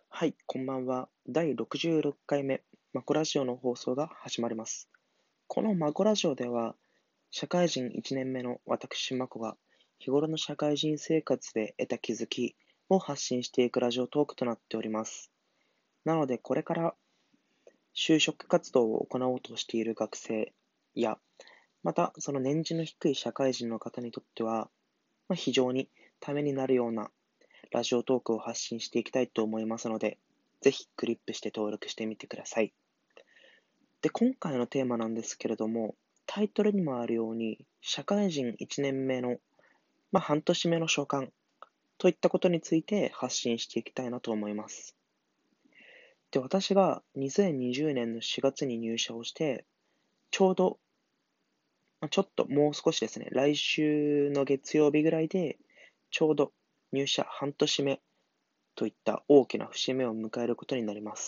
はい、こんばんは。第66回目、マコラジオの放送が始まります。このマコラジオでは、社会人1年目の私、マコが、日頃の社会人生活で得た気づきを発信していくラジオトークとなっております。なので、これから就職活動を行おうとしている学生や、またその年次の低い社会人の方にとっては、非常にためになるようなラジオトークを発信していきたいと思いますので、ぜひクリップして登録してみてください。で、今回のテーマなんですけれども、タイトルにもあるように、社会人1年目の、半年目の所感といったことについて発信していきたいなと思います。で、私が2020年の4月に入社をして、ちょうど、ちょっともう少しですね、来週の月曜日ぐらいで、ちょうど入社半年目といった大きな節目を迎えることになります。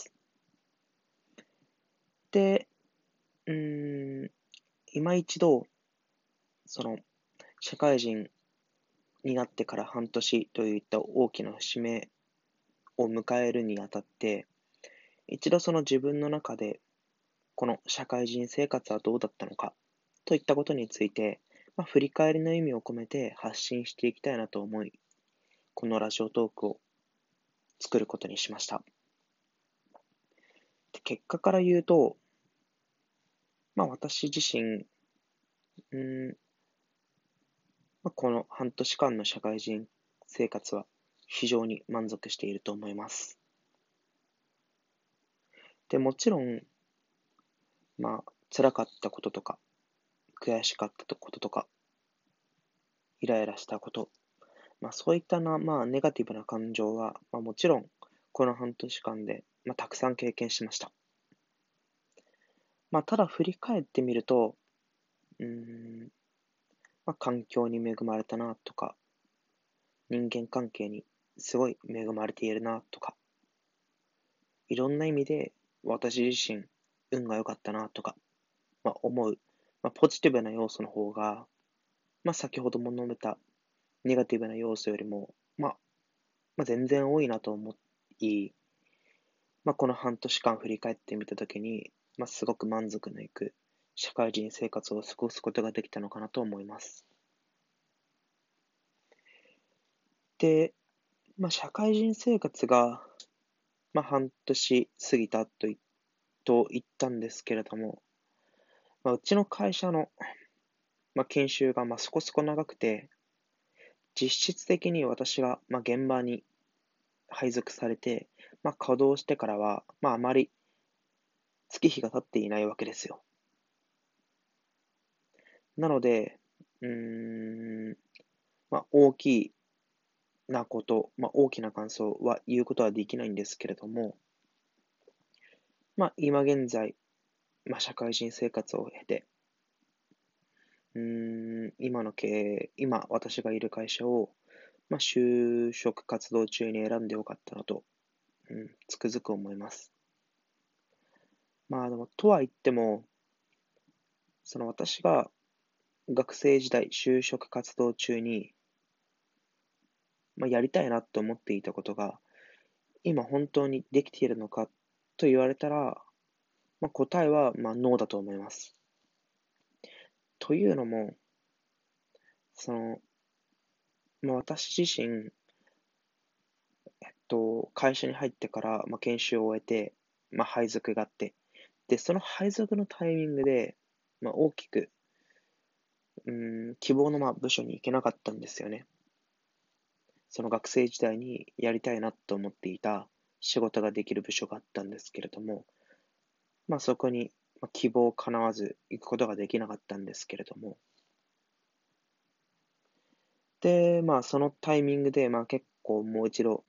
で、今一度、その、社会人になってから半年といった大きな節目を迎えるにあたって、一度その自分の中で、この社会人生活はどうだったのか、といったことについて、振り返りの意味を込めて発信していきたいなと思い、このラジオトークを作ることにしました。で、結果から言うと、私自身、うーん、この半年間の社会人生活は非常に満足していると思います。で、もちろん、辛かったこととか、悔しかったこととか、イライラしたこと、そういったネガティブな感情は、もちろん、この半年間で、たくさん経験しました。ただ振り返ってみると、うーん、環境に恵まれたなとか、人間関係にすごい恵まれているなとか、いろんな意味で私自身、運が良かったなとか、思う、ポジティブな要素の方が、先ほども述べたネガティブな要素よりも、全然多いなと思い、この半年間振り返ってみたときに、すごく満足のいく社会人生活を過ごすことができたのかなと思います。で、社会人生活が、半年過ぎたと言ったんですけれども、うちの会社の、研修が、そこそこ長くて、実質的に私が、現場に配属されて、稼働してからは、あまり月日が経っていないわけですよ。なので、うーん、大きなこと、大きな感想は言うことはできないんですけれども、今現在、社会人生活を経て、今私がいる会社を、就職活動中に選んでよかったなと、つくづく思います。でも、とは言っても、その私が学生時代、就職活動中に、やりたいなと思っていたことが、今本当にできているのかと言われたら、答えは、ノーだと思います。というのも、その、私自身、会社に入ってから、研修を終えて、配属があって、で、その配属のタイミングで、大きく、希望の、部署に行けなかったんですよね。その学生時代にやりたいなと思っていた仕事ができる部署があったんですけれども、そこに、希望を叶わず行くことができなかったんですけれども、で、そのタイミングで、結構もう一度、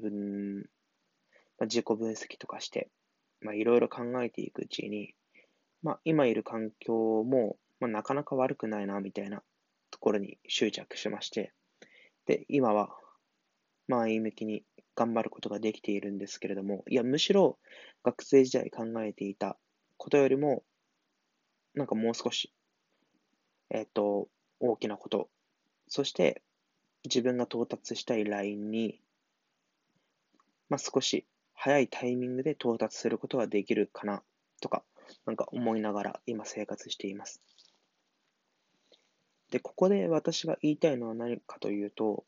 自己分析とかして、いろいろ考えていくうちに、今いる環境も、なかなか悪くないな、みたいなところに執着しまして、で、今は前向きに頑張ることができているんですけれども、いや、むしろ学生時代考えていたことよりも、もう少し、えっと、大きなこと、そして自分が到達したいラインに、少し早いタイミングで到達することができるかなとか、なんか思いながら今生活しています。で、ここで私が言いたいのは何かというと、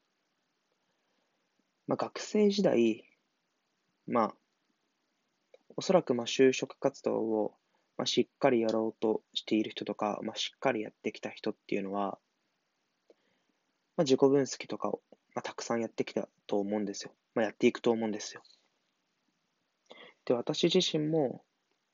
学生時代、まあ、おそらく就職活動をしっかりやろうとしている人とか、しっかりやってきた人っていうのは、自己分析とかを、たくさんやってきたと思うんですよ。やっていくと思うんですよ。で、私自身も、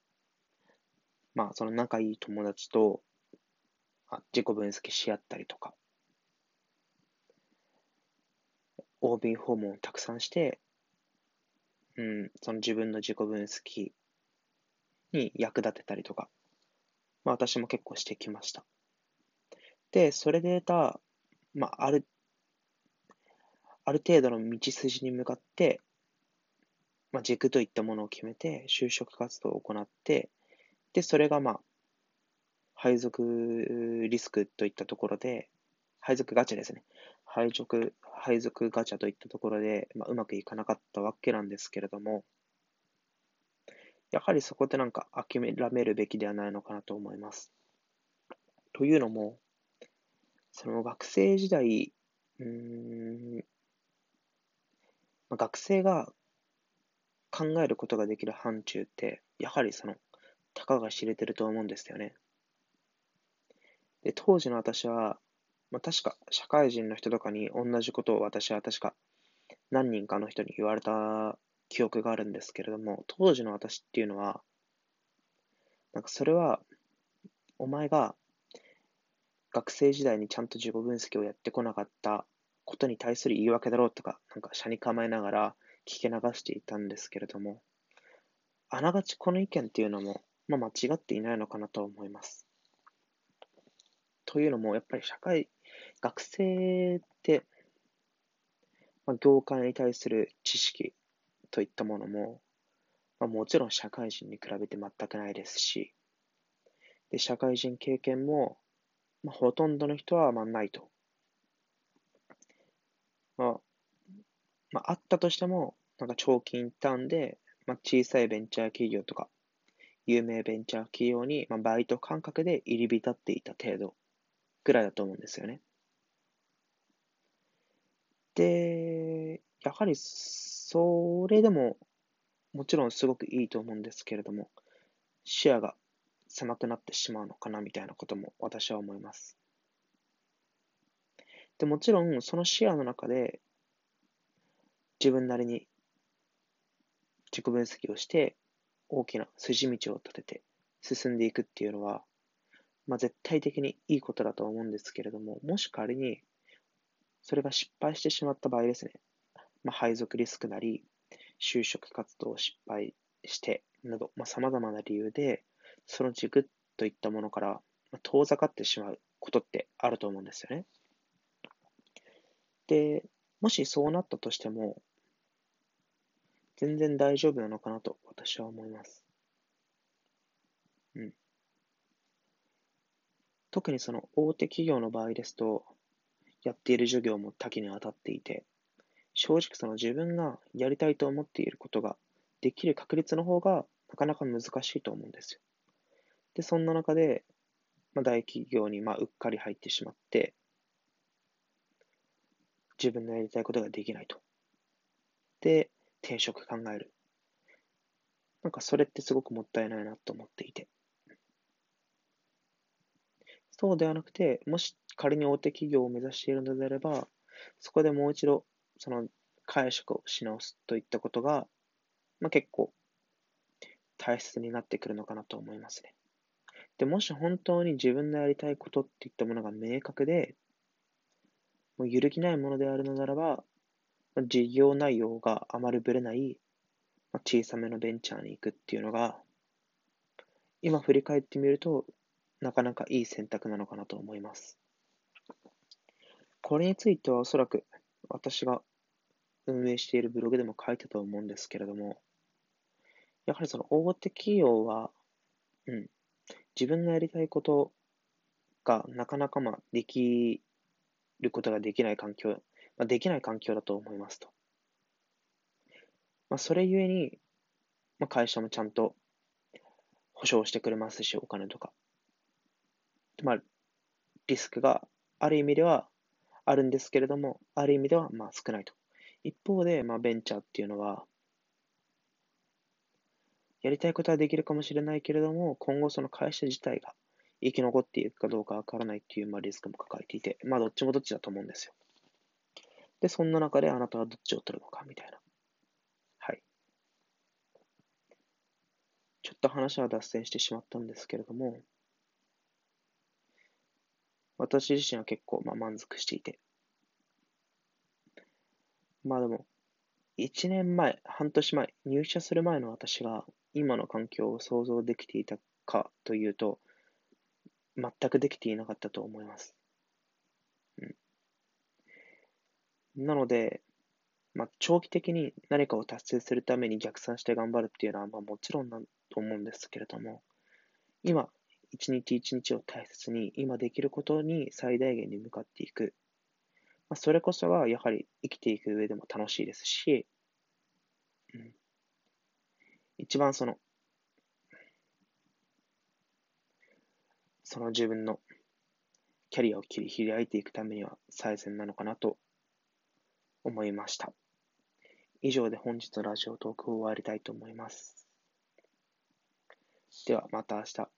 その仲いい友達と、自己分析し合ったりとか、OB 訪問をたくさんして、その自分の自己分析に役立てたりとか、私も結構してきました。で、それで得た、まあ、ある、ある程度の道筋に向かって、軸といったものを決めて、就職活動を行って、で、それが配属リスクといったところで、配属ガチャですね。配属ガチャといったところで、うまくいかなかったわけなんですけれども、やはりそこで諦めるべきではないのかなと思います。というのも、その学生時代、うーん、学生が考えることができる範疇って、やはりたかが知れてると思うんですよね。で、当時の私は、確か社会人の人とかに同じことを私は確か何人かの人に言われた記憶があるんですけれども、当時の私っていうのは、それは、お前が学生時代にちゃんと自己分析をやってこなかったことに対する言い訳だろうとか、斜に構えながら聞き流していたんですけれども、あながちこの意見っていうのも、間違っていないのかなと思います。というのも、やっぱり学生って、業界に対する知識といったものも、もちろん社会人に比べて全くないですし、で、社会人経験も、ほとんどの人はないと。まあ、あったとしても、長期インターンで、小さいベンチャー企業とか、有名ベンチャー企業に、バイト感覚で入り浸っていた程度ぐらいだと思うんですよね。で、やはりそれでももちろんすごくいいと思うんですけれども、視野が狭くなってしまうのかなみたいなことも私は思います。で、もちろんその視野の中で自分なりに自己分析をして大きな筋道を立てて進んでいくっていうのは、絶対的にいいことだと思うんですけれども、もし仮にそれが失敗してしまった場合ですね、配属リスクなり、就職活動を失敗してなど、様々な理由で、その軸といったものから、遠ざかってしまうことってあると思うんですよね。で、もしそうなったとしても、全然大丈夫なのかなと私は思います。うん。特にその大手企業の場合ですと、やっている授業も多岐にわたっていて、正直その自分がやりたいと思っていることができる確率の方がなかなか難しいと思うんですよ。で、そんな中で、大企業にうっかり入ってしまって、自分のやりたいことができないと。で、転職考える。それってすごくもったいないなと思っていて。そうではなくて、もし仮に大手企業を目指しているのであれば、そこでもう一度、その解釈をし直すといったことが、結構大切になってくるのかなと思いますね。で、もし本当に自分のやりたいことっていったものが明確で、もう揺るぎないものであるのならば、事業内容があまりぶれない、小さめのベンチャーに行くっていうのが、今振り返ってみると、なかなかいい選択なのかなと思います。これについてはおそらく私が運営しているブログでも書いたと思うんですけれども、やはりその大手企業は、自分のやりたいことがなかなかできることができない環境、できない環境だと思いますと。それゆえに、 会社もちゃんと保証してくれますし、お金とか。リスクがある意味ではあるんですけれども、ある意味では少ないと。一方で、ベンチャーっていうのは、やりたいことはできるかもしれないけれども、今後その会社自体が生き残っていくかどうかわからないっていう、リスクも抱えていて、どっちもどっちだと思うんですよ。で、そんな中であなたはどっちを取るのかみたいな。はい。ちょっと話は脱線してしまったんですけれども、私自身は結構満足していて。でも、1年前、半年前、入社する前の私が今の環境を想像できていたかというと、全くできていなかったと思います。なので、長期的に何かを達成するために逆算して頑張るっていうのは、もちろんだと思うんですけれども、今、一日一日を大切に、今できることに最大限に向かっていく。それこそが、やはり生きていく上でも楽しいですし、うん、一番その自分のキャリアを切り開いていくためには最善なのかなと思いました。以上で本日のラジオトークを終わりたいと思います。ではまた明日。